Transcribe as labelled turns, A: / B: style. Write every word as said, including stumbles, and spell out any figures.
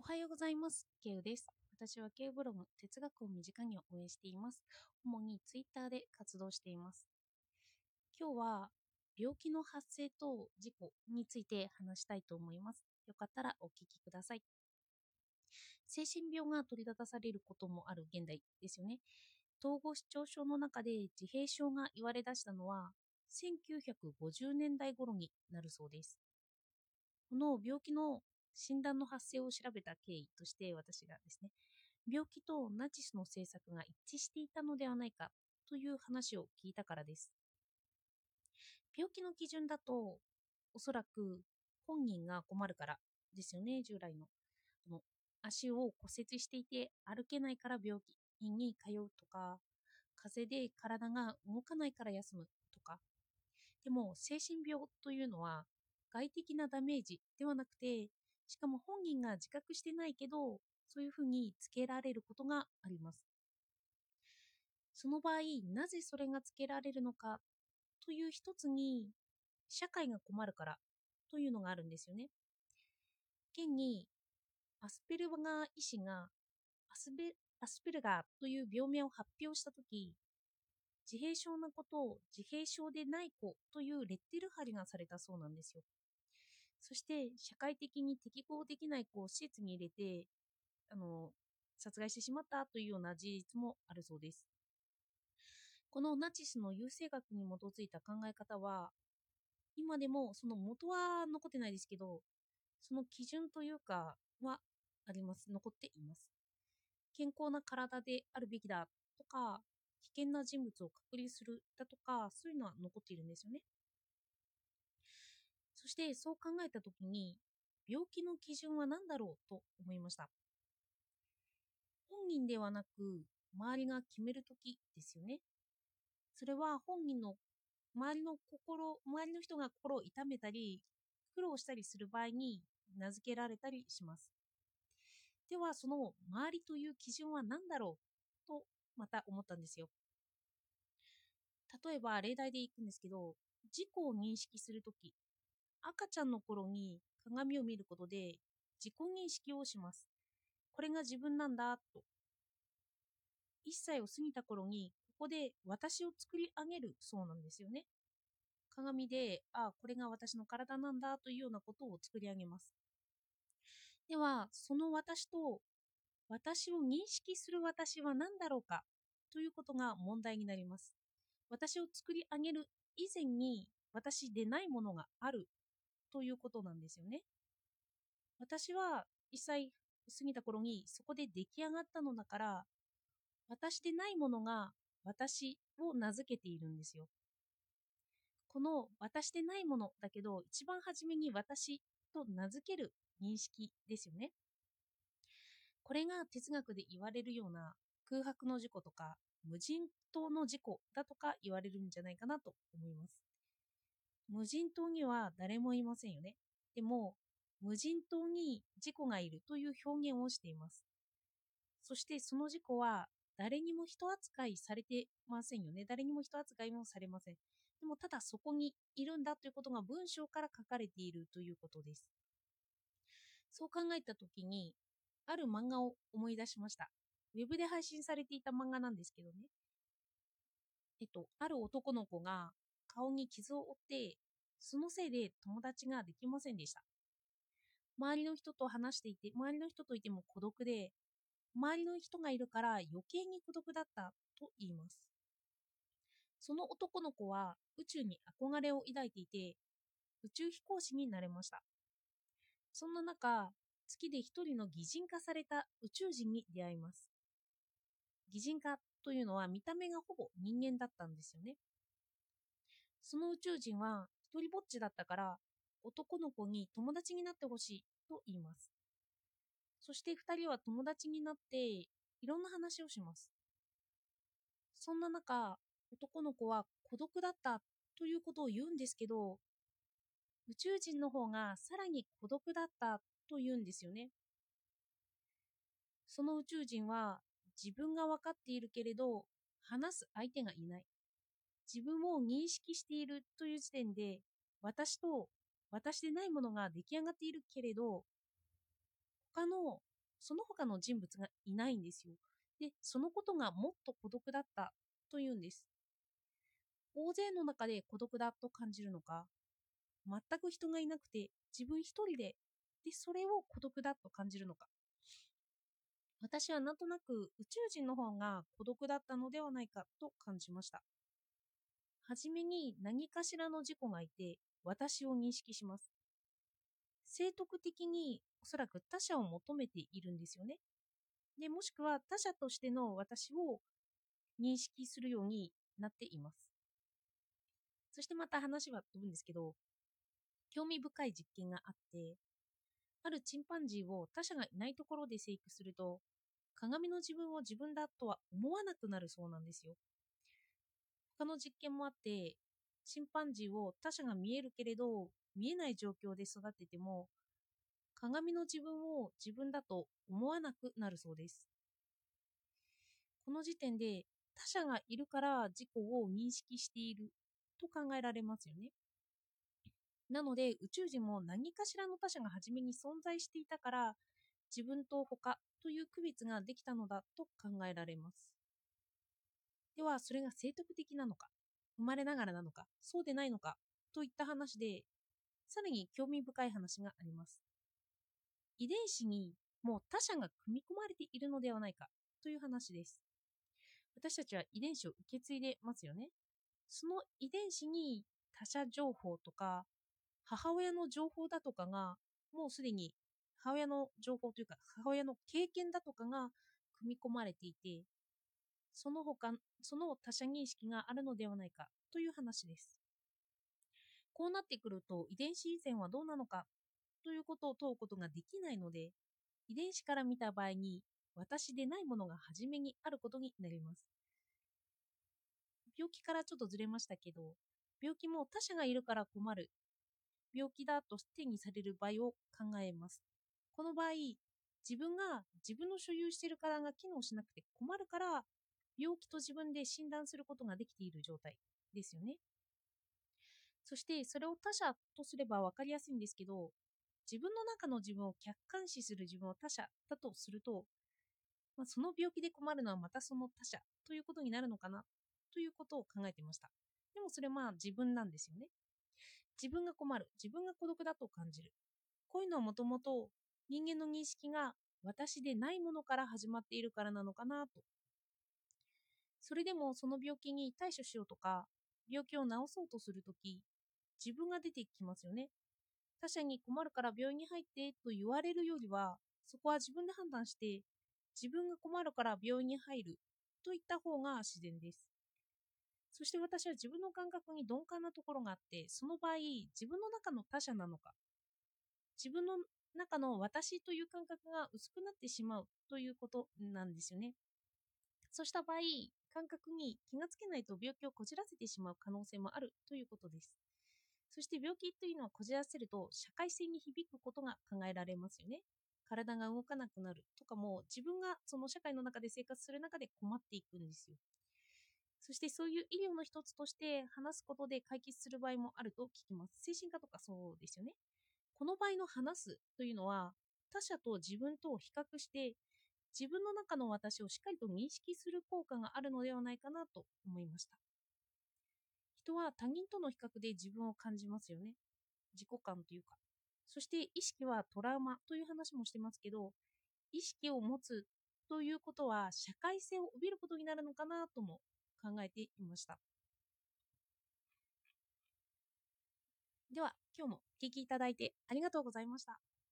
A: おはようございます。ケウです。私はケウブログ、哲学を身近にを運営しています。主にツイッターで活動しています。今日は病気の発生と事故について話したいと思います。よかったらお聞きください。精神病が取り沙汰されることもある現代ですよね。統合失調症の中で自閉症が言われ出したのはせんきゅうひゃくごじゅうねんだい頃になるそうです。この病気の診断の発生を調べた経緯として私がですね、病気とナチスの政策が一致していたのではないかという話を聞いたからです。病気の基準だと、おそらく本人が困るからですよね、従来の。この足を骨折していて歩けないから病院に通うとか、風邪で体が動かないから休むとか。でも精神病というのは外的なダメージではなくて、しかも本人が自覚してないけど、そういうふうにつけられることがあります。その場合、なぜそれがつけられるのかという一つに、社会が困るからというのがあるんですよね。現に、アスペルガー医師がアスベアスペルガーという病名を発表したとき、自閉症な子と自閉症でない子というレッテル貼りがされたそうなんですよ。そして、社会的に適合できない子を施設に入れて、あの、殺害してしまったというような事実もあるそうです。このナチスの優生学に基づいた考え方は、今でもその元は残ってないですけど、その基準というかはあります。残っています。健康な体であるべきだとか、危険な人物を隔離するだとか、そういうのは残っているんですよね。そしてそう考えたときに、病気の基準は何だろうと思いました。本人ではなく、周りが決めるときですよね。それは本人の周りの心、周りの人が心を痛めたり、苦労したりする場合に名付けられたりします。では、その周りという基準は何だろうとまた思ったんですよ。例えば、例題でいくんですけど、自己を認識するとき、赤ちゃんの頃に鏡を見ることで自己認識をします。これが自分なんだと。いっさいを過ぎた頃に、ここで私を作り上げるそうなんですよね。鏡で、あ、これが私の体なんだというようなことを作り上げます。では、その私と私を認識する私は何だろうかということが問題になります。私を作り上げる以前に私でないものがあるということなんですよね。私はいっさい過ぎた頃にそこで出来上がったのだから、私でないものが私を名付けているんですよ。この私でないものだけど、一番初めに私と名付ける認識ですよね。これが哲学で言われるような空白の事故とか無人島の事故だとか言われるんじゃないかなと思います。無人島には誰もいませんよね。でも、無人島に事故がいるという表現をしています。そしてその事故は誰にも人扱いされてませんよね。誰にも人扱いもされません。でもただそこにいるんだということが文章から書かれているということです。そう考えたときに、ある漫画を思い出しました。ウェブで配信されていた漫画なんですけどね。えっと、ある男の子が顔に傷を負って、そのせいで友達ができませんでした。周りの人と話していて、周りの人といても孤独で、周りの人がいるから余計に孤独だったと言います。その男の子は宇宙に憧れを抱いていて、宇宙飛行士になれました。そんな中、月で一人の擬人化された宇宙人に出会います。擬人化というのは見た目がほぼ人間だったんですよね。その宇宙人は一人ぼっちだったから、男の子に友達になってほしいと言います。そして二人は友達になっていろんな話をします。そんな中、男の子は孤独だったということを言うんですけど、宇宙人の方がさらに孤独だったと言うんですよね。その宇宙人は自分が分かっているけれど、話す相手がいない。自分を認識しているという時点で、私と私でないものが出来上がっているけれど、他のその他の人物がいないんですよ。で、そのことがもっと孤独だったというんです。大勢の中で孤独だと感じるのか、全く人がいなくて自分一人で、で、それを孤独だと感じるのか。私はなんとなく宇宙人の方が孤独だったのではないかと感じました。はじめに何かしらの事故がいて、私を認識します。正徳的におそらく他者を求めているんですよね。で、もしくは他者としての私を認識するようになっています。そしてまた話は飛ぶんですけど、興味深い実験があって、あるチンパンジーを他者がいないところで生育すると、鏡の自分を自分だとは思わなくなるそうなんですよ。他の実験もあって、チンパンジーを他者が見えるけれど、見えない状況で育てても、鏡の自分を自分だと思わなくなるそうです。この時点で他者がいるから自己を認識していると考えられますよね。なので宇宙人も何かしらの他者が初めに存在していたから自分と他という区別ができたのだと考えられます。ではそれが正徳的なのか、生まれながらなのか、そうでないのかといった話で、さらに興味深い話があります。遺伝子にもう他者が組み込まれているのではないかという話です。私たちは遺伝子を受け継いでますよね。その遺伝子に他者情報とか母親の情報だとかがもうすでに母親の情報というか母親の経験だとかが組み込まれていて、その他その他者認識があるのではないかという話です。こうなってくると遺伝子依存はどうなのかということを問うことができないので、遺伝子から見た場合に私でないものが初めにあることになります。病気からちょっとずれましたけど、病気も他者がいるから困る病気だと定義される場合を考えます。この場合、自分が自分の所有している体が機能しなくて困るから病気と自分で診断することができている状態ですよね。そしてそれを他者とすれば分かりやすいんですけど、自分の中の自分を客観視する自分を他者だとすると、まあ、その病気で困るのはまたその他者ということになるのかなということを考えていました。でもそれはまあ自分なんですよね。自分が困る、自分が孤独だと感じる。こういうのはもともと人間の認識が私でないものから始まっているからなのかなと。それでもその病気に対処しようとか、病気を治そうとするとき、自分が出てきますよね。他者に困るから病院に入ってと言われるよりは、そこは自分で判断して、自分が困るから病院に入るといった方が自然です。そして私は自分の感覚に鈍感なところがあって、その場合、自分の中の他者なのか、自分の中の私という感覚が薄くなってしまうということなんですよね。そうした場合、感覚に気がつけないと病気をこじらせてしまう可能性もあるということです。そして病気というのはこじらせると社会性に響くことが考えられますよね。体が動かなくなるとかも自分がその社会の中で生活する中で困っていくんですよ。そしてそういう医療の一つとして話すことで解決する場合もあると聞きます。精神科とかそうですよね。この場合の話すというのは他者と自分とを比較して自分の中の私をしっかりと認識する効果があるのではないかなと思いました。人は他人との比較で自分を感じますよね。自己感というか。そして意識はトラウマという話もしてますけど、意識を持つということは社会性を帯びることになるのかなとも考えていました。では、今日もお聞きいただいてありがとうございました。